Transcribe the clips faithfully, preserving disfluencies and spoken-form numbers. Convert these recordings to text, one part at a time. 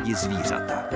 rádi zvířata.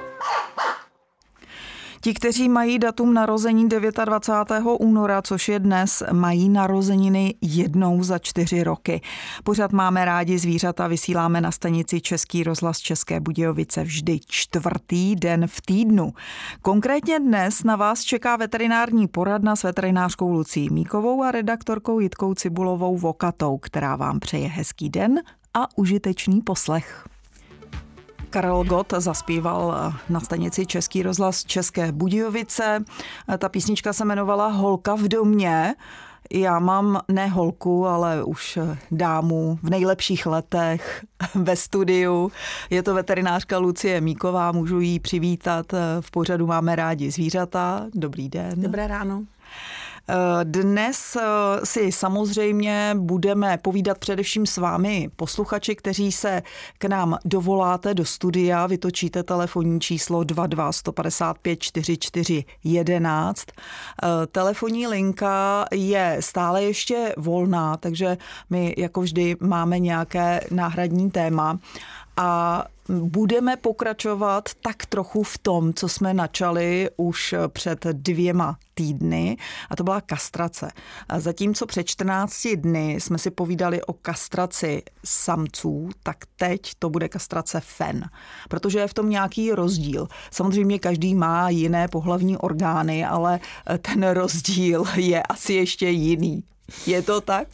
Ti, kteří mají datum narození dvacátého devátého února, což je dnes, mají narozeniny jednou za čtyři roky. Pořád Máme rádi zvířata, vysíláme na stanici Český rozhlas České Budějovice vždy čtvrtý den v týdnu. Konkrétně dnes na vás čeká veterinární poradna s veterinářkou Lucií Míkovou a redaktorkou Jitkou Cibulovou Vokatou, která vám přeje hezký den a užitečný poslech. Karel Gott zaspíval na stanici Český rozhlas České Budějovice. Ta písnička se jmenovala Holka v domě. Já mám ne holku, ale už dámu v nejlepších letech ve studiu. Je to veterinářka Lucie Míková, můžu jí přivítat v pořadu Máme rádi zvířata. Dobrý den. Dobré ráno. Dnes si samozřejmě budeme povídat především s vámi, posluchači, kteří se k nám dovoláte do studia, vytočíte telefonní číslo dva dva jedna pět pět čtyři čtyři jedenáct. Telefonní linka je stále ještě volná, takže my jako vždy máme nějaké náhradní téma. A budeme pokračovat tak trochu v tom, co jsme načali už před dvěma týdny, a to byla kastrace. A zatímco před čtrnácti dny jsme si povídali o kastraci samců, tak teď to bude kastrace fen, protože je v tom nějaký rozdíl. Samozřejmě každý má jiné pohlavní orgány, ale ten rozdíl je asi ještě jiný. Je to tak?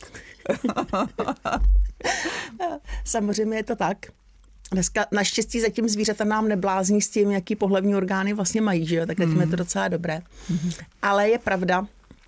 Samozřejmě je to tak. Dneska naštěstí zatím zvířata nám neblázní s tím, jaký pohlavní orgány vlastně mají, že jo? Tak zatím mm. je to docela dobré. Mm. Ale je pravda,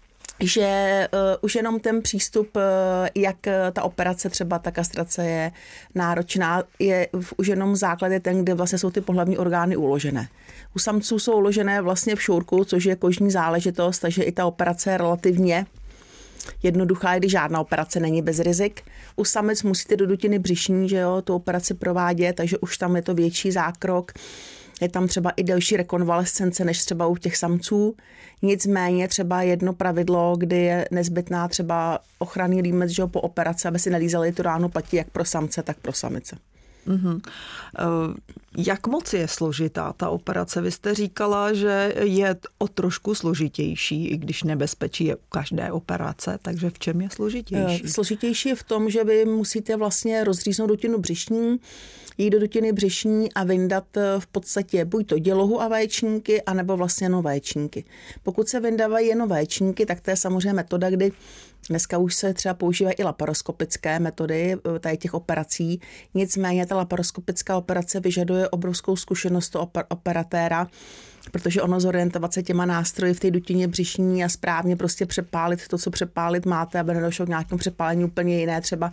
že uh, už jenom ten přístup, uh, jak ta operace, třeba ta kastrace je náročná, je už jenom základ je ten, kde vlastně jsou ty pohlavní orgány uložené. U samců jsou uložené vlastně v šourku, což je kožní záležitost, takže i ta operace je relativně jednoduchá, když žádná operace není bez rizik. U samic musíte do dutiny břišní, že jo, tu operaci provádět, takže už tam je to větší zákrok. Je tam třeba i delší rekonvalescence než třeba u těch samců. Nicméně třeba jedno pravidlo, kdy je nezbytná třeba ochranný rýmec, že jo, po operaci, aby si nelízali tu ránu, platí jak pro samce, tak pro samice. Mm-hmm. Jak moc je složitá ta operace? Vy jste říkala, že je o trošku složitější, i když nebezpečí je u každé operace, takže v čem je složitější? Složitější je v tom, že vy musíte vlastně rozříznout dutinu břišní, jít do dutiny břišní a vyndat v podstatě buď to dělohu a vaječníky, anebo vlastně jenom vaječníky. Pokud se vyndávají jenom vaječníky, tak to je samozřejmě metoda, kdy dneska už se třeba používají i laparoskopické metody tady těch operací. Nicméně ta laparoskopická operace vyžaduje obrovskou zkušenost toho operatéra, protože ono zorientovat se těma nástroji v té dutině břišní a správně prostě přepálit to, co přepálit máte, aby nedošlo k nějakému přepálení úplně jiné, třeba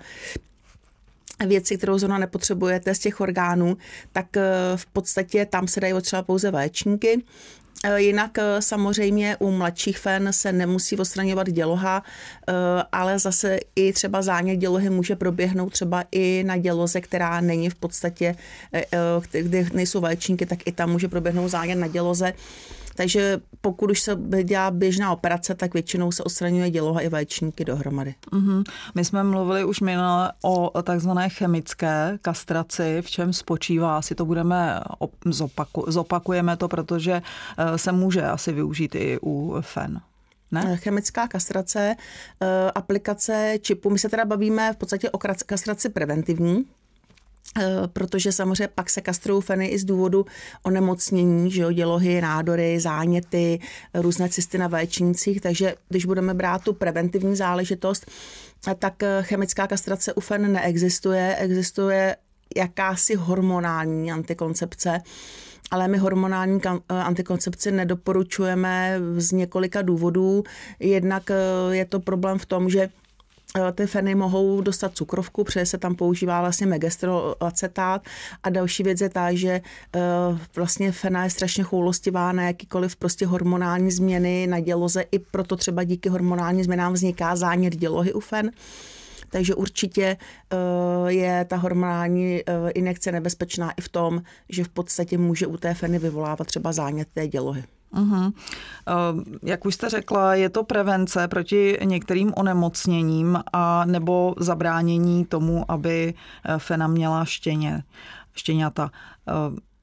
věci, kterou zrovna nepotřebujete z těch orgánů, tak v podstatě tam se dají odstřelovat pouze vaječníky. Jinak samozřejmě u mladších fen se nemusí odstraňovat děloha, ale zase i třeba zánět dělohy může proběhnout třeba i na děloze, která není v podstatě, kde nejsou vaječníky, tak i tam může proběhnout zánět na děloze. Takže pokud už se dělá běžná operace, tak většinou se odstraňuje děloha i vaječníky dohromady. Mm-hmm. My jsme mluvili už minule o takzvané chemické kastraci, v čem spočívá. Asi to budeme, zopaku, zopakujeme to, protože se může asi využít i u fen. Ne? Chemická kastrace, aplikace čipu. My se teda bavíme v podstatě o kastraci preventivní, protože samozřejmě pak se kastrují feny i z důvodu onemocnění, že jo, dělohy, nádory, záněty, různé cysty na vaječnících, takže když budeme brát tu preventivní záležitost, tak chemická kastrace u fen neexistuje, existuje jakási hormonální antikoncepce, ale my hormonální antikoncepci nedoporučujeme z několika důvodů. Jednak je to problém v tom, že ty feny mohou dostat cukrovku, protože se tam používá vlastně megestrolacetát, a další věc je ta, že vlastně fena je strašně choulostivá na jakýkoliv prostě hormonální změny na děloze, i proto třeba díky hormonálním změnám vzniká zánět dělohy u fen. Takže určitě je ta hormonální injekce nebezpečná i v tom, že v podstatě může u té feny vyvolávat třeba zánět té dělohy. Uhum. Jak už jste řekla, je to prevence proti některým onemocněním a nebo zabránění tomu, aby fena měla štěně, štěňata.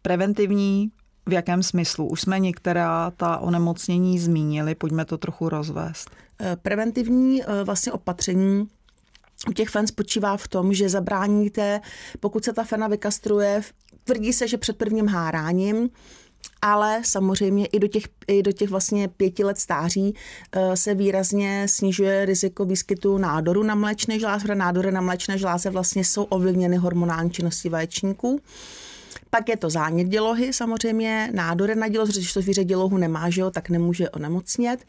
Preventivní v jakém smyslu? Už jsme některá ta onemocnění zmínili, pojďme to trochu rozvést. Preventivní vlastně opatření u těch fen spočívá v tom, že zabráníte, pokud se ta fena vykastruje, tvrdí se, že před prvním háráním, ale samozřejmě i do těch, i do těch vlastně pěti let stáří se výrazně snižuje riziko výskytu nádoru na mléčné žláze. Nádory na mléčné žláze vlastně jsou ovlivněny hormonální činností vaječníků. Pak je to zánět dělohy, samozřejmě nádory na dělohu, když to zvíře dělohu nemá, že jo, tak nemůže onemocnět.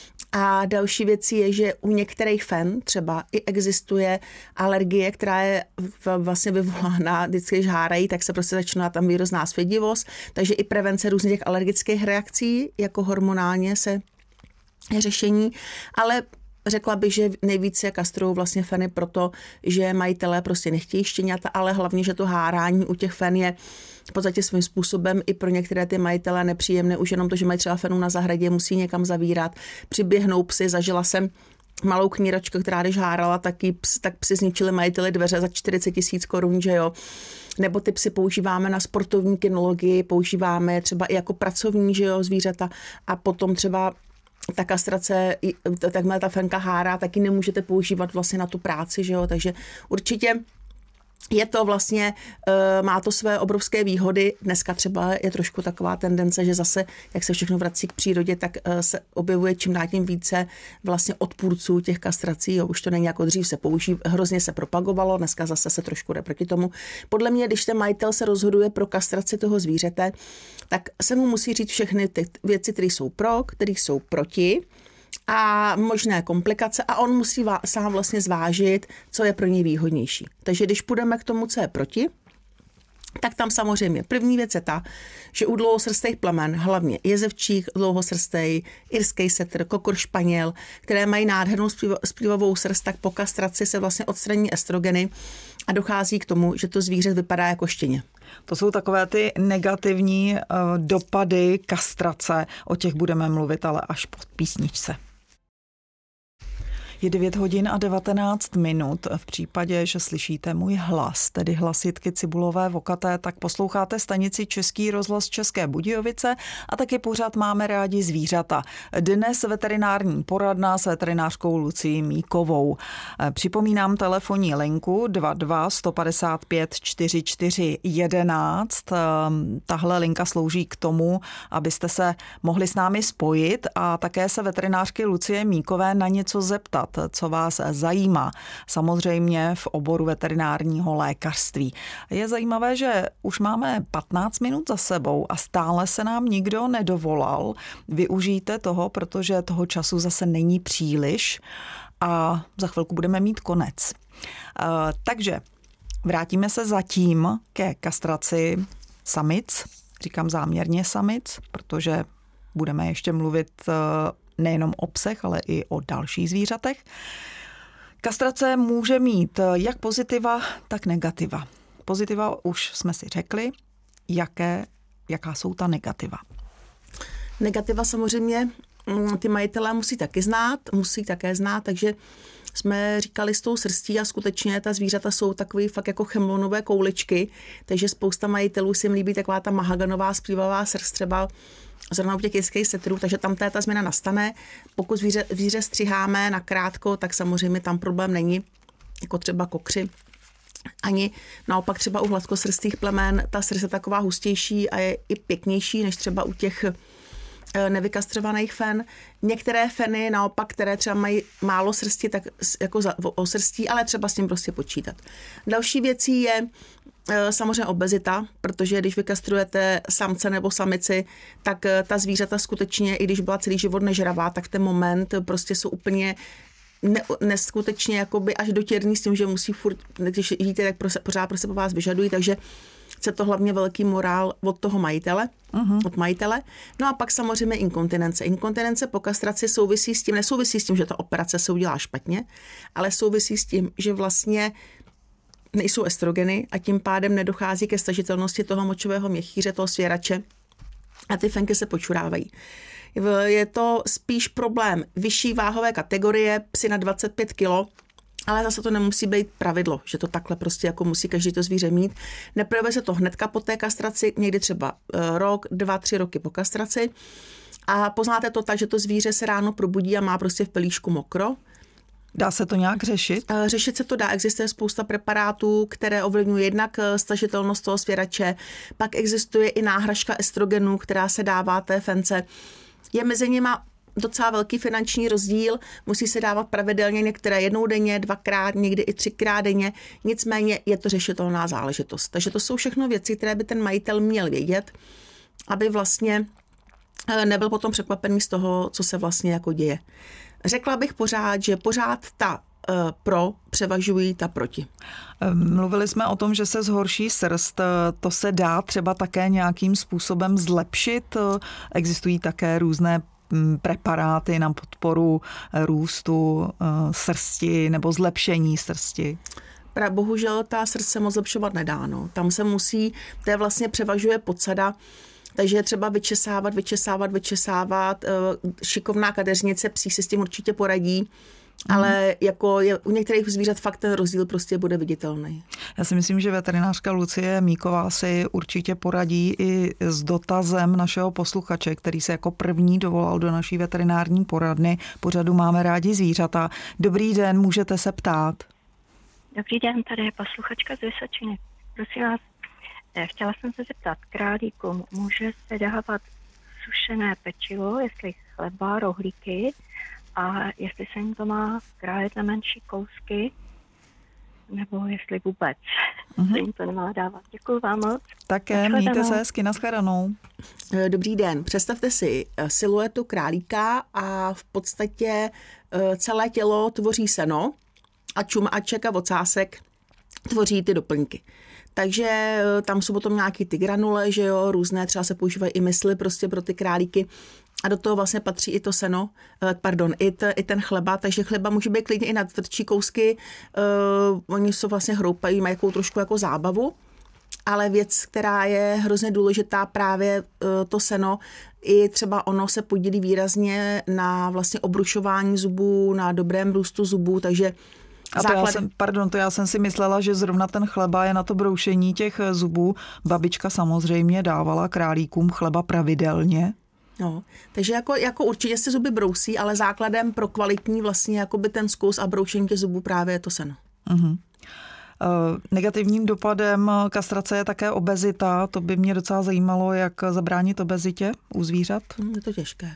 A další věcí je, že u některých fen třeba i existuje alergie, která je vlastně vyvolána, vždycky, když hárají, tak se prostě začíná tam výrazná svědivost, takže i prevence různých těch alergických reakcí, jako hormonálně se řešení, ale řekla bych, že nejvíce kastrují vlastně feny proto, že majitelé prostě nechtějí štěňata, ale hlavně, že to hárání u těch fen je v podstatě svým způsobem i pro některé ty majitele nepříjemné, už jenom to, že mají třeba fenu na zahradě, musí někam zavírat, přiběhnou psy, zažila jsem malou kníračku, která když hárala, tak, jí ps, tak psi zničili majiteli dveře za čtyřicet tisíc korun, že jo. Nebo ty psy používáme na sportovní kynologii, používáme třeba i jako pracovní, že jo, zvířata a potom třeba ta kastrace, takhle ta fenka hárá, taky nemůžete používat vlastně na tu práci, že jo, takže určitě je to vlastně, má to své obrovské výhody. Dneska třeba je trošku taková tendence, že zase, jak se všechno vrací k přírodě, tak se objevuje čím dál tím více vlastně odpůrců těch kastrací. Jo, už to není jako dřív se použí, hrozně se propagovalo, dneska zase se trošku jde proti tomu. Podle mě, když ten majitel se rozhoduje pro kastraci toho zvířete, tak se mu musí říct všechny ty věci, které jsou pro, které jsou proti, a možné komplikace a on musí vá, sám vlastně zvážit, co je pro něj výhodnější. Takže když půjdeme k tomu, co je proti, tak tam samozřejmě první věc je ta, že u dlouhosrstých plemen, hlavně jezevčík, dlouhosrstej, irský setr, kokor španěl, které mají nádhernou splývavou srst, tak po kastraci se vlastně odstraní estrogeny a dochází k tomu, že to zvíře vypadá jako štěně. To jsou takové ty negativní uh, dopady kastrace, o těch budeme mluvit, ale až po písničce. Je devět hodin a devatenáct minut. V případě, že slyšíte můj hlas, tedy hlas Jitky Cibulové-Vokaté, tak posloucháte stanici Český rozhlas České Budějovice a taky pořád Máme rádi zvířata. Dnes veterinární poradna s veterinářkou Lucií Míkovou. Připomínám telefonní linku dva dva sto padesát pět čtyřicet čtyři jedenáct. Tahle linka slouží k tomu, abyste se mohli s námi spojit a také se veterinářky Lucie Míkové na něco zeptat, co vás zajímá, samozřejmě v oboru veterinárního lékařství. Je zajímavé, že už máme patnáct minut za sebou a stále se nám nikdo nedovolal. Využijte toho, protože toho času zase není příliš a za chvilku budeme mít konec. Takže vrátíme se zatím ke kastraci samic. Říkám záměrně samic, protože budeme ještě mluvit nejenom o psech, ale i o dalších zvířatech. Kastrace může mít jak pozitiva, tak negativa. Pozitiva už jsme si řekli, jaké, jaká jsou ta negativa. Negativa samozřejmě ty majitelé musí taky znát, musí také znát, takže jsme říkali s tou srstí a skutečně ta zvířata jsou takový fakt jako chemlonové kouličky, takže spousta majitelů si jim líbí taková ta mahaganová splývavá srst třeba zrovna u těch irských setrů, takže tam ta, ta změna nastane. Pokud zvíře, zvíře střiháme na krátko, tak samozřejmě tam problém není, jako třeba kokři. Ani naopak třeba u hladkosrstých plemen ta srst je taková hustější a je i pěknější než třeba u těch nevykastrovaných fen. Některé feny naopak, které třeba mají málo srsti, tak jako osrstí, ale třeba s tím prostě počítat. Další věcí je samozřejmě obezita, protože když vykastrujete samce nebo samici, tak ta zvířata skutečně, i když byla celý život nežravá, tak v ten moment prostě jsou úplně ne, neskutečně jakoby až dotěrný s tím, že musí furt, když jíte, tak pro se, pořád pro sebe vás vyžadují, takže chce to hlavně velký morál od toho majitele, uh-huh. od majitele. No a pak samozřejmě inkontinence. Inkontinence po kastraci souvisí s tím, nesouvisí s tím, že ta operace se udělá špatně, ale souvisí s tím, že vlastně nejsou estrogeny a tím pádem nedochází ke stažitelnosti toho močového měchýře, toho svěrače a ty fenky se počurávají. Je to spíš problém vyšší váhové kategorie, psy na dvacet pět kilo, Ale zase to nemusí být pravidlo, že to takhle prostě jako musí každý to zvíře mít. Neprojevuje se to hnedka po té kastraci, někdy třeba rok, dva, tři roky po kastraci. A poznáte to tak, že to zvíře se ráno probudí a má prostě v pelíšku mokro. Dá se to nějak řešit? Řešit se to dá. Existuje spousta preparátů, které ovlivňují jednak stažitelnost toho svěrače. Pak existuje i náhražka estrogenu, která se dává té fence. Je mezi nima docela velký finanční rozdíl, musí se dávat pravidelně, některé jednou denně, dvakrát, někdy i třikrát denně, nicméně je to řešitelná záležitost. Takže to jsou všechno věci, které by ten majitel měl vědět, aby vlastně nebyl potom překvapený z toho, co se vlastně jako děje. Řekla bych pořád, že pořád ta pro převažují ta proti. Mluvili jsme o tom, že se zhorší srst. To se dá třeba také nějakým způsobem zlepšit. Existují také různé preparáty na podporu růstu srsti nebo zlepšení srsti. Bohužel ta srst se moc zlepšovat nedá. No. Tam se musí, to je vlastně převažuje podsada, takže je třeba vyčesávat, vyčesávat, vyčesávat. Šikovná kadeřnice psí si s tím určitě poradí, ale jako je, u některých zvířat fakt ten rozdíl prostě bude viditelný. Já si myslím, že veterinářka Lucie Míková si určitě poradí i s dotazem našeho posluchače, který se jako první dovolal do naší veterinární poradny. Pořadu Máme rádi zvířata. Dobrý den, můžete se ptát. Dobrý den, tady je posluchačka z Vysočiny. Prosím vás, chtěla jsem se zeptat, králíkům může se dávat sušené pečivo, jestli chleba, rohlíky, a jestli se jim to má krájet na menší kousky, nebo jestli vůbec mm-hmm. se jim to nemá dávat. Děkuji vám moc. Také, mějte se hezky, nashledanou. Dobrý den. Představte si siluetu králíka a v podstatě celé tělo tvoří seno a čumáček a ocásek tvoří ty doplňky. Takže tam jsou potom nějaký ty granule, že jo, různé, třeba se používají i mysli prostě pro ty králíky. A do toho vlastně patří i to seno, pardon, i, t, i ten chleba, takže chleba může být klidně i na tvrdší kousky, uh, oni jsou vlastně hroupají, mají jakou trošku jako zábavu, ale věc, která je hrozně důležitá, právě uh, to seno, i třeba ono se podílí výrazně na vlastně obrušování zubů, na dobrém růstu zubů, takže a to já jsem, pardon, to já jsem si myslela, že zrovna ten chleba je na to broušení těch zubů. Babička samozřejmě dávala králíkům chleba pravidelně. No, takže jako, jako určitě se zuby brousí, ale základem pro kvalitní vlastně jakoby ten zkus a broušení těch zubů právě je to seno. Uh-huh. Uh, negativním dopadem kastrace je také obezita. To by mě docela zajímalo, jak zabránit obezitě u zvířat. Je to těžké.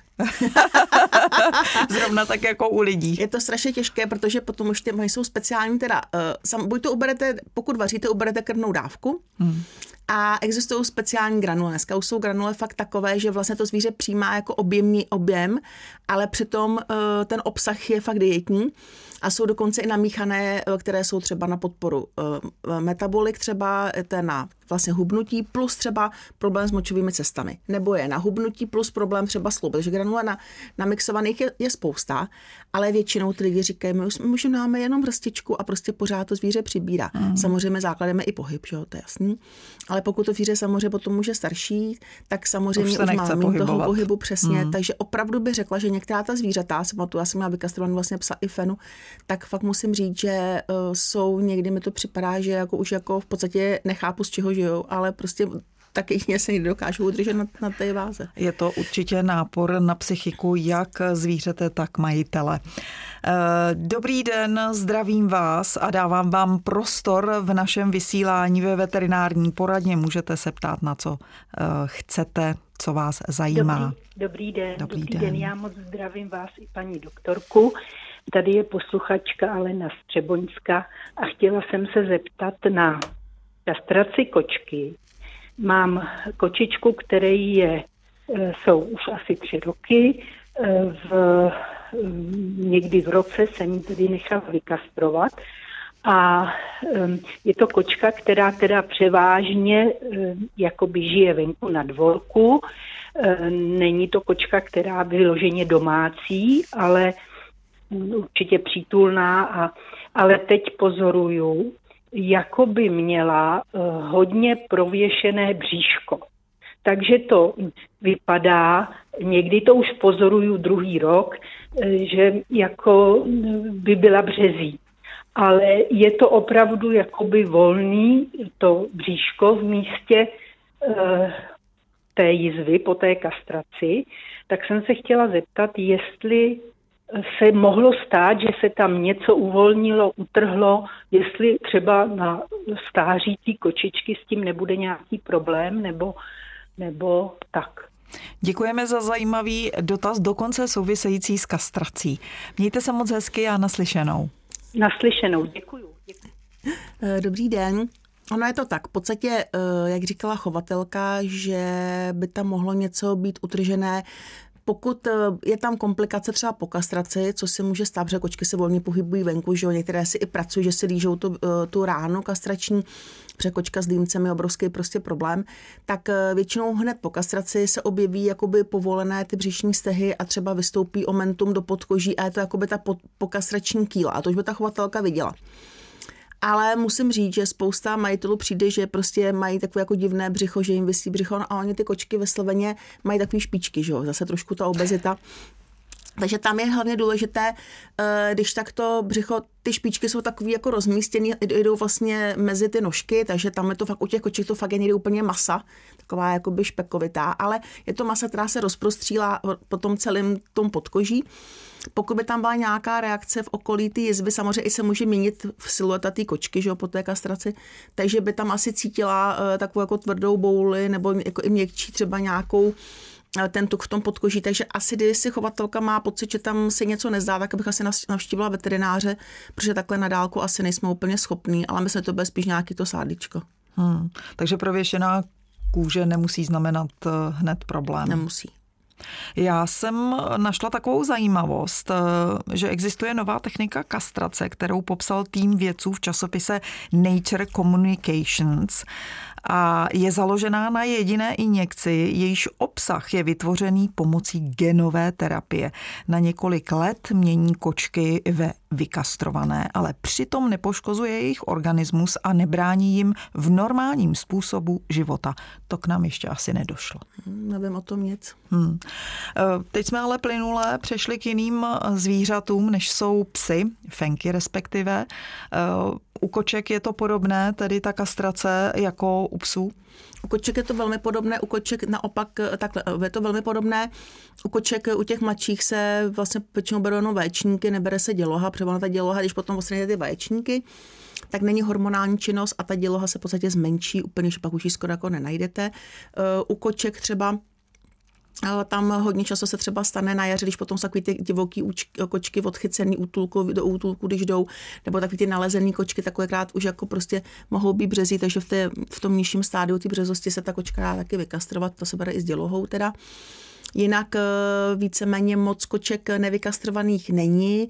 Zrovna tak jako u lidí. Je to strašně těžké, protože potom už ty jsou speciální, teda uh, sam, buď to uberete, pokud vaříte, uberete krvnou dávku, hmm. a existují speciální granule. Dneska už jsou granule fakt takové, že vlastně to zvíře přijímá jako objemný objem, ale přitom uh, ten obsah je fakt dietní a jsou dokonce i namíchané, které jsou třeba na podporu uh, metabolik třeba, to je na vlastně hubnutí plus třeba problém s močovými cestami. Nebo je na hubnutí plus problém třeba s kloubem. Takže granule na, namixovaných je, je spousta, ale většinou ty lidi říkají, my už, my už máme jenom hrstičku a prostě pořád to zvíře přibírá. Mm. Samozřejmě základem je i pohyb, že jo, to je jasný. Ale pokud to zvíře samozřejmě potom může starší, tak samozřejmě už, už má mít toho pohybu přesně. Mm. Takže opravdu bych řekla, že některá ta zvířata, jsem tu, já jsem měla vykastrovaný vlastně psa i fenu, tak fakt musím říct, že uh, jsou, někdy mi to připadá, že jako už jako v podstatě nechápu z čeho žijou, ale prostě taky jich se nedokážou udržet na, na té váze. Je to určitě nápor na psychiku jak zvířete, tak majitele. Dobrý den, zdravím vás a dávám vám prostor v našem vysílání ve veterinární poradně. Můžete se ptát, na co chcete, co vás zajímá. Dobrý, dobrý den, dobrý, dobrý den. den. Já moc zdravím vás i paní doktorku. Tady je posluchačka Alena Střeboňská a chtěla jsem se zeptat na kastraci kočky. Mám kočičku, který je, jsou už asi tři roky. V, někdy v roce jsem ji tedy nechala vykastrovat. A je to kočka, která teda převážně jakoby žije venku na dvorku. Není to kočka, která vyloženě domácí, ale určitě přítulná. A, ale teď pozoruju, jako by měla uh, hodně prověšené bříško. Takže to vypadá, někdy to už pozoruju druhý rok, uh, že jako by byla březí. ale je to opravdu jakoby volný, to bříško v místě e, té jizvy po té kastraci, tak jsem se chtěla zeptat, jestli se mohlo stát, že se tam něco uvolnilo, utrhlo, jestli třeba na stáří té kočičky s tím nebude nějaký problém, nebo, nebo tak. Děkujeme za zajímavý dotaz, dokonce související s kastrací. Mějte se moc hezky a naslyšenou. Naslyšenou, děkuju. děkuju. Dobrý den. Ono je to tak, v podstatě, jak říkala chovatelka, že by tam mohlo něco být utržené. Pokud je tam komplikace třeba po kastraci, co se může stát, protože kočky se volně pohybují venku, že jo, některé si i pracují, že si lížou tu, tu ránu kastrační, protože kočka s dýmcem je obrovský prostě problém, tak většinou hned po kastraci se objeví jakoby povolené ty břišní stehy a třeba vystoupí omentum do podkoží a je to jakoby ta pokastrační kýla a to už by ta chovatelka viděla. Ale musím říct, že spousta majitelů přijde, že prostě mají takové jako divné břicho, že jim visí břicho a oni ty kočky vysloveně mají takové špičky, že jo, zase trošku ta obezita. Takže tam je hlavně důležité, když tak to břicho, ty špičky jsou takový jako rozmístěný, jdou vlastně mezi ty nožky, takže tam je to fakt u těch koček to fakt je někdy úplně masa, taková jakoby špekovitá, ale je to masa, která se rozprostřílá po tom celém tom podkoží. Pokud by tam byla nějaká reakce v okolí ty jizvy, samozřejmě i se může měnit v silueta té kočky, že jo, po té kastraci, takže by tam asi cítila uh, takovou jako tvrdou bouli nebo jako i měkčí třeba nějakou ten tuk v tom podkoží, takže asi když si chovatelka má pocit, že tam se něco nezdá, tak bych asi navštívila veterináře, protože takhle na dálku asi nejsme úplně schopní, ale myslím, že to bude spíš nějaký to sádičko. Hmm, takže prověšená kůže nemusí znamenat hned problém. Nemusí. Já jsem našla takovou zajímavost, že existuje nová technika kastrace, kterou popsal tým vědců v časopise Nature Communications a je založená na jediné injekci, jejíž obsah je vytvořený pomocí genové terapie. Na několik let mění kočky ve vykastrované, ale přitom nepoškozuje jejich organismus a nebrání jim v normálním způsobu života. To k nám ještě asi nedošlo. Nevím o tom nic. Hmm. Teď jsme ale plynule přešli k jiným zvířatům, než jsou psy, fenky respektive. U koček je to podobné, tedy ta kastrace jako u psů? U koček je to velmi podobné, u koček naopak takhle, je to velmi podobné. U koček, u těch mladších se vlastně většinou berou jenom vaječníky, nebere se děloha, protože ta děloha, když potom odstraníte ty vaječníky, tak není hormonální činnost a ta děloha se v podstatě zmenší, úplně, že pak už ji skoro jako nenajdete. U koček třeba tam hodně často se třeba stane na jaře, když potom jsou takový ty divoký kočky odchycený útulku, do útulku, když jdou, nebo takový ty nalezený kočky, takolikrát už jako prostě mohou být březí, takže v, té, v tom nižším stádiu ty březosti se ta kočka dá taky vykastrovat, to se bere i s dělohou teda. Jinak víceméně moc koček nevykastrovaných není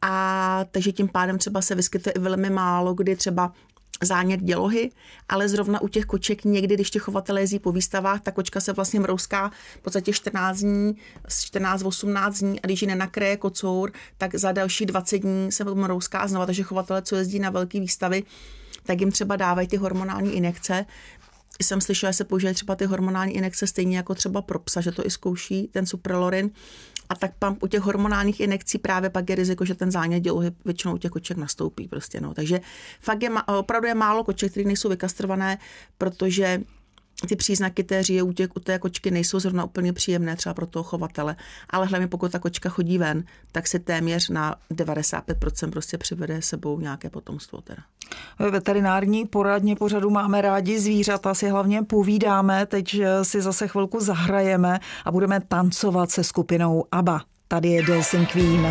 a takže tím pádem třeba se vyskytuje i velmi málo, kdy třeba zánět dělohy, ale zrovna u těch koček někdy, když těch chovatelé jezdí po výstavách, ta kočka se vlastně mrouská v podstatě čtrnáct dní, čtrnáct osmnáct dní a když ji nenakryje kocour, tak za další dvacet dní se mrouská a znova, takže chovatelé, co jezdí na velké výstavy, tak jim třeba dávají ty hormonální injekce. Jsem slyšela, že se používají třeba ty hormonální injekce stejně jako třeba pro psa, že to i zkouší, ten supralorin. A tak tam u těch hormonálních injekcí právě pak je riziko, že ten zánět dělohy většinou u těch koček nastoupí prostě, no. Takže fakt je, opravdu je málo koček, které nejsou vykastrované, protože ty příznaky té říje u, těch, u té kočky nejsou zrovna úplně příjemné třeba pro toho chovatele, ale hlavně pokud ta kočka chodí ven, tak se téměř na devadesát pět procent prostě přivede sebou nějaké potomstvo teda. Ve veterinární poradně pořadu Máme rádi zvířata, si hlavně povídáme, teď si zase chvilku zahrajeme a budeme tancovat se skupinou ABBA. Tady je Dancing Queen.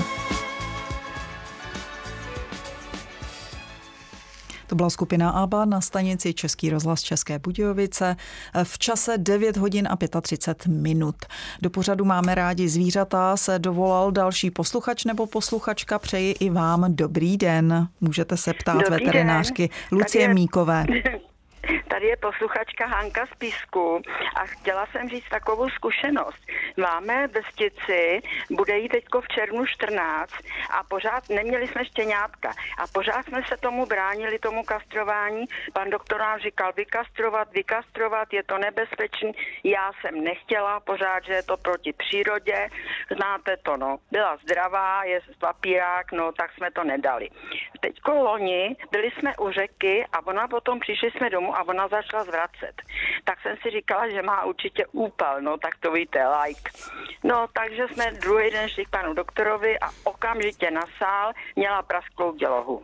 To byla skupina ABBA na stanici Český rozhlas České Budějovice v čase devět hodin a třicet pět minut. Do pořadu Máme rádi zvířata se dovolal další posluchač nebo posluchačka. Přeji i vám dobrý den. Můžete se ptát dobrý veterinářky den. Lucie je... Míkové. Tady je posluchačka Hanka z Písku a chtěla jsem říct takovou zkušenost. Máme vestici, bude jí teďko v červnu čtrnáct a pořád neměli jsme štěňátka a pořád jsme se tomu bránili, tomu kastrování. Pan doktor nám říkal vykastrovat, vykastrovat, je to nebezpečný. Já jsem nechtěla pořád, že je to proti přírodě. Znáte to, no. Byla zdravá, je papírák, no, tak jsme to nedali. Teďko loni byli jsme u řeky a ona potom přišli jsme domů a ona začala zvracet. Tak jsem si říkala, že má určitě úpal, no tak to víte, like. No, takže jsme druhý den šli k panu doktorovi a okamžitě na sál měla prasklou dělohu.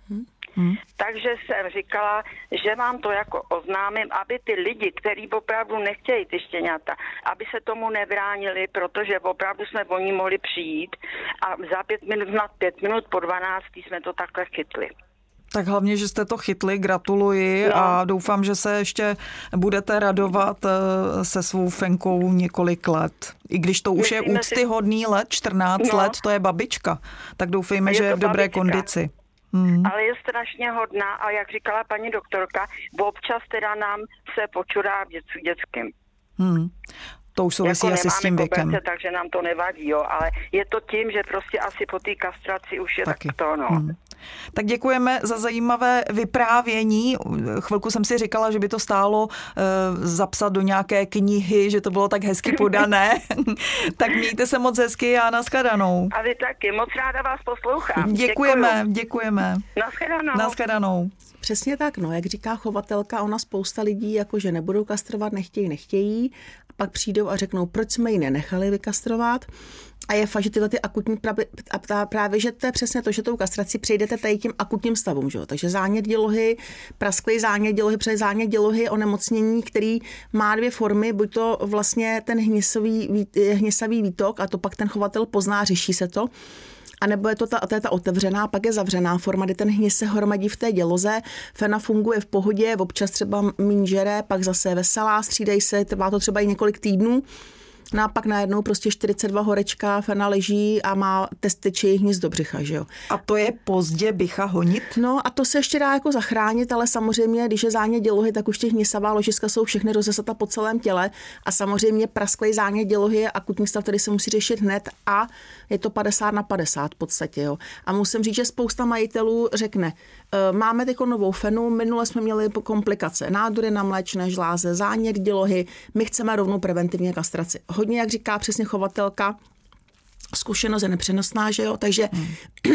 Hmm. Takže jsem říkala, že vám to jako oznámím, aby ty lidi, kteří opravdu nechtějí ty štěňata, aby se tomu nebránili, protože opravdu jsme o ní mohli přijít a za pět minut, na pět minut po dvanáctý jsme to takhle chytli. Tak hlavně, že jste to chytli, gratuluji no. A doufám, že se ještě budete radovat se svou Fenkou několik let. I když to už Myslíme je úctyhodný si... let, čtrnáct no. let, to je babička, tak doufejme, že je v dobré babička. Kondici. Hmm. Ale je strašně hodná a jak říkala paní doktorka, občas teda nám se počurá v dět- dětským. Hmm. To už souvisí jako asi s tím věkem. Koberce, takže nám to nevadí, jo, ale je to tím, že prostě asi po té kastraci už je Taky. tak to, no. Hmm. Tak děkujeme za zajímavé vyprávění. Chvilku jsem si říkala, že by to stálo uh, zapsat do nějaké knihy, že to bylo tak hezky podané. Tak mějte se moc hezky a nashledanou. A vy taky, moc ráda vás poslouchám. Děkujeme, Děkuju. děkujeme. Nashledanou. Nashledanou. Přesně tak, no, jak říká chovatelka, ona spousta lidí, jakože nebudou kastrovat, nechtějí, nechtějí, a pak přijdou a řeknou, proč jsme ji nenechali vykastrovat. A je fakt, že tyhle ty akutní právě, a právě, že to je přesně to, že tou kastrací přejdete tady tím akutním stavům, že jo? Takže zánět dělohy, prasklý zánět dělohy, protože zánět dělohy je onemocnění, který má dvě formy, buď to vlastně ten hnisavý, hnisavý výtok a to pak ten chovatel pozná, řeší se to, a nebo je to ta, to je ta otevřená, pak je zavřená forma, kdy ten hnis se hromadí v té děloze, fena funguje v pohodě, občas třeba míň žere, pak zase veselá, střídají se, trvá to třeba i několik týdnů. No a pak najednou prostě čtyřicet dva horečka, fena leží a má teče hníz do břicha, že jo. A to je pozdě bycha honit? No a to se ještě dá jako zachránit, ale samozřejmě, když je zánět dělohy, tak už těch hnisavá ložiska jsou všechny rozesata po celém těle a samozřejmě prasklý zánět dělohy je akutní stav, který se musí řešit hned a je to padesát na padesát v podstatě, jo. A musím říct, že spousta majitelů řekne, máme teď novou fenu, minule jsme měli komplikace, nádory na mléčné žláze, zánět dělohy, my chceme rovnou preventivně kastraci. Hodně, jak říká přesně chovatelka, zkušenost je nepřenosná, že jo, takže hmm.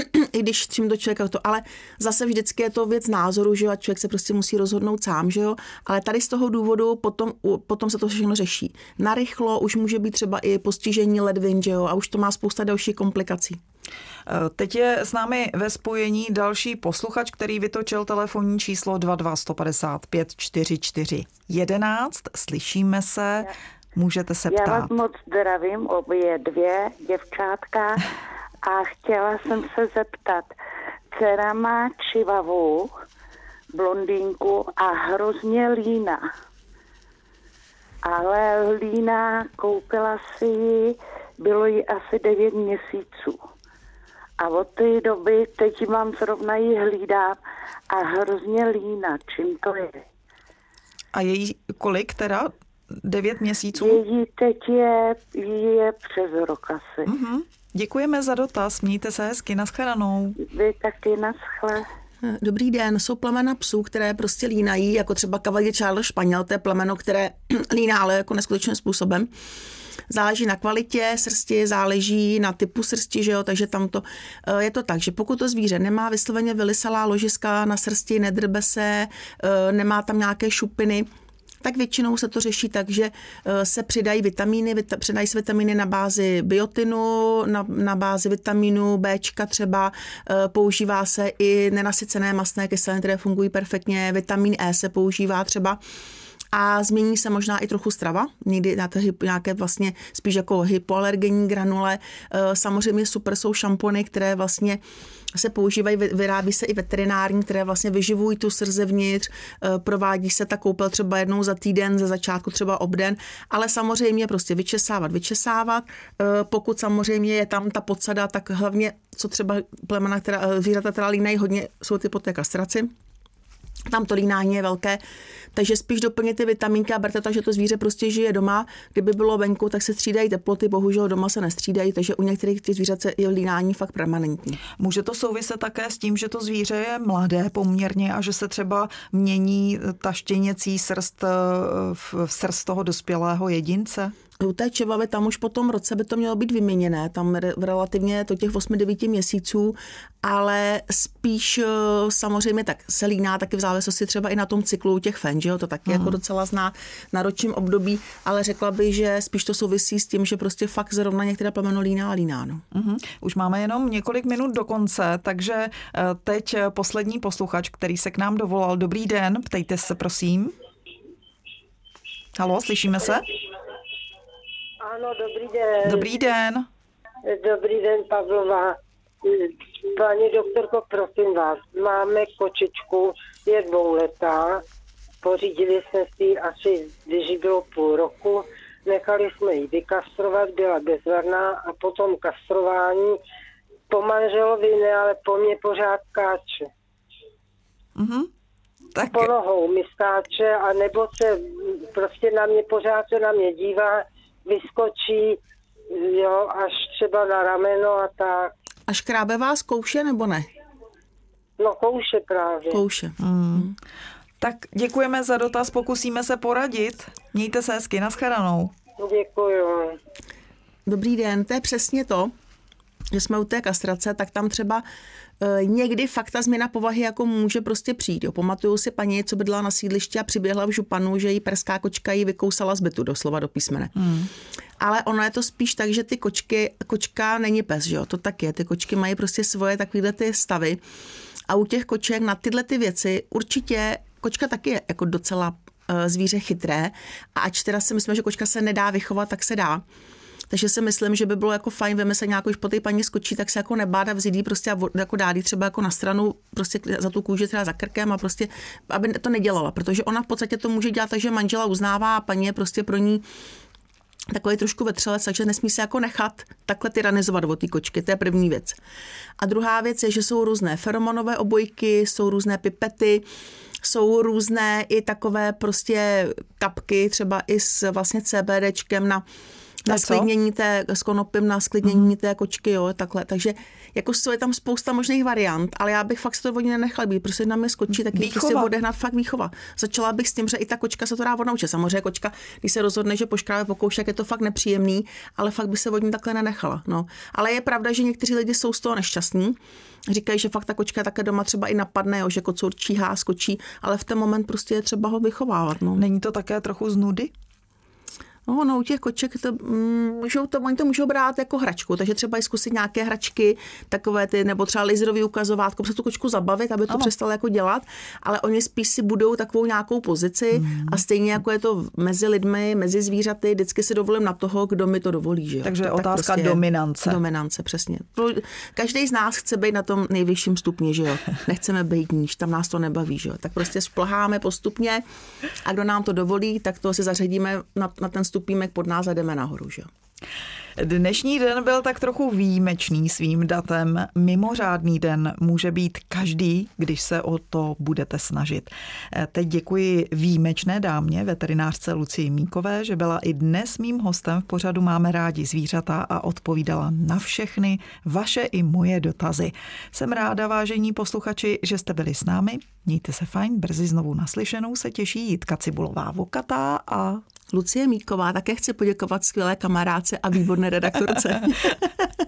i když čím do člověka to, ale zase vždycky je to věc názoru, že jo, a člověk se prostě musí rozhodnout sám, že jo, ale tady z toho důvodu potom, potom se to všechno řeší. Narychlo už může být třeba i postižení ledvin, že jo, a už to má spousta dalších komplikací. Teď je s námi ve spojení další posluchač, který vytočil telefonní číslo dva dva jedna pět pět čtyři čtyři jedenáct. Slyšíme se, můžete se ptát. Já vás moc zdravím, obě dvě děvčátka, a chtěla jsem se zeptat. Dcera má čivavu, blondýnku a hrozně líná. Ale líná, koupila si ji, bylo jí asi devět měsíců. A od té doby teď mám zrovna jí hlídám a hrozně lína. Čím to je? A její kolik teda? Devět měsíců? Její teď je, je přes rok asi. Mm-hmm. Děkujeme za dotaz, mějte se hezky, nashledanou. Vy taky, naschle. Dobrý den, jsou plemena psů, které prostě línají, jako třeba Cavalier Charles Španěl, to je plemeno, které líná, ale jako neskutečným způsobem. Záleží na kvalitě srsti, záleží na typu srsti, že jo, takže tam to, je to tak, že pokud to zvíře nemá vysloveně vylisalá ložiska na srsti, nedrbe se, nemá tam nějaké šupiny, tak většinou se to řeší tak, že se přidají vitamíny, vita, přidají se vitamíny na bázi biotinu, na, na bázi vitamínu Bčka třeba, používá se i nenasycené mastné kyseliny, které fungují perfektně, vitamin E se používá třeba. A změní se možná i trochu strava, někdy na to nějaké vlastně spíš jako hypoalergenní granule. Samozřejmě super jsou šampony, které vlastně se používají, vyrábí se i veterinární, které vlastně vyživují tu srst zevnitř, provádí se ta koupel třeba jednou za týden, ze začátku třeba obden, ale samozřejmě prostě vyčesávat, vyčesávat. Pokud samozřejmě je tam ta podsada, tak hlavně, co třeba plemena, která, zvířata, která línají hodně, jsou ty po té kastraci. tam to línání je velké, takže spíš doplněte vitamínky a berte to, že to zvíře prostě žije doma. Kdyby bylo venku, tak se střídají teploty, bohužel doma se nestřídají, takže u některých těch zvířat je línání fakt permanentní. Může to souviset také s tím, že to zvíře je mladé poměrně a že se třeba mění ta štěněcí srst v srst toho dospělého jedince? U té čevavy tam už po tom roce by to mělo být vyměněné, tam relativně to těch osm devět měsíců, ale spíš samozřejmě tak se líná taky v závislosti třeba i na tom cyklu těch fen, že jo, to taky mm. jako docela zná na ročním období, ale řekla bych, že spíš to souvisí s tím, že prostě fakt zrovna některé plemeno líná a líná. No. Mm-hmm. Už máme jenom několik minut do konce, takže teď poslední posluchač, který se k nám dovolal. Dobrý den, ptejte se, prosím. Haló, slyšíme se? Ano, dobrý den. Dobrý den. Dobrý den, Pavlova. Paní doktorko, prosím vás, máme kočičku, je dvouletá, pořídili jsme si ji asi, když jí bylo půl roku, nechali jsme ji vykastrovat, byla bezvarná a potom kastrování po manželovi ne, ale po mně pořád skáče. Mhm. Tak... Po nohou mi skáče a nebo se prostě na mě pořád se na mě dívá, vyskočí, jo, až třeba na rameno a tak. A škrábe vás kouše nebo ne? No kouše právě. Kouše. Hmm. Tak děkujeme za dotaz, pokusíme se poradit. Mějte se hezky, nashledanou. Děkuju. Dobrý den, to je přesně to, že jsme u té kastrace, tak tam třeba e, někdy fakt ta změna povahy jako může prostě přijít. Jo. Pamatuju si paní, co bydlela na sídlišti a přiběhla v županu, že jí perská kočka jí vykousala z bytu, doslova do písmene. Hmm. Ale ono je to spíš tak, že ty kočky, kočka není pes, že jo, to tak je. Ty kočky mají prostě svoje takovéhle ty stavy a u těch koček na tyhle ty věci určitě kočka taky je jako docela e, zvíře chytré a ač teda si myslím, že kočka se nedá vychovat, tak se dá. Takže si myslím, že by bylo jako fajn vymyslet nějakou, když po té paní skočí, tak se jako nebát a vzít jí prostě a jako dát jí třeba jako na stranu, prostě za tu kůži, třeba za krkem a prostě, aby to nedělala, protože ona v podstatě to může dělat tak, že manžela uznává a paní je prostě pro ní takový trošku vetřelec, takže nesmí se jako nechat takhle tyranizovat od té kočky, to je první věc. A druhá věc je, že jsou různé feromonové obojky, jsou různé pipety, jsou různé i takové prostě kapky, třeba i s vlastně CBDčkem na na sklidnění té, s konopím na sklidnění mm. té kočky, jo, takhle. Takže jako je tam spousta možných variant, ale já bych fakt se to vodně nenechala být, protože na mě skočí, tak je prostě odehnat fakt výchova. Začala bych s tím, že i ta kočka se to dá odnaučit. Samozřejmě kočka, když se rozhodne, že poškrábe pokouše, je to fakt nepříjemný, ale fakt by se vodně takhle nenechala. No. Ale je pravda, že někteří lidi jsou z toho nešťastní. Říkají, že fakt ta kočka také doma třeba i napadne, jo, že kocour číhá, skočí, ale v ten moment prostě je třeba ho vychovávat. No. Není to také trochu z nudy? No, no, u těch koček to, mm, můžou to, oni to můžou brát jako hračku, takže třeba i zkusit nějaké hračky, takové ty, nebo třeba laserový ukazovátko, prostě tu kočku zabavit, aby to ano. přestalo jako dělat, ale oni spíš si budou takovou nějakou pozici mm. a stejně jako je to mezi lidmi, mezi zvířaty, vždycky si dovolím na toho, kdo mi to dovolí. Že? Takže to, otázka prostě dominance. Dominance, přesně. Každý z nás chce být na tom nejvyšším stupni, že jo. Nechceme být níž, tam nás to nebaví, že jo. Tak prostě šplháme postupně a kdo nám to dovolí, tak to si zařadíme na, na ten stupímek pod nás a jdeme nahoru, že jo. Dnešní den byl tak trochu výjimečný svým datem. Mimořádný den může být každý, když se o to budete snažit. Teď děkuji výjimečné dámě, veterinářce Lucii Míkové, že byla i dnes mým hostem v pořadu Máme rádi zvířata a odpovídala na všechny vaše i moje dotazy. Jsem ráda, vážení posluchači, že jste byli s námi. Mějte se fajn, brzy znovu naslyšenou se těší Jitka Cibulová-Vokatá a Lucie Míková. Také chci poděkovat skvělé kamarádce a výborné redaktorce.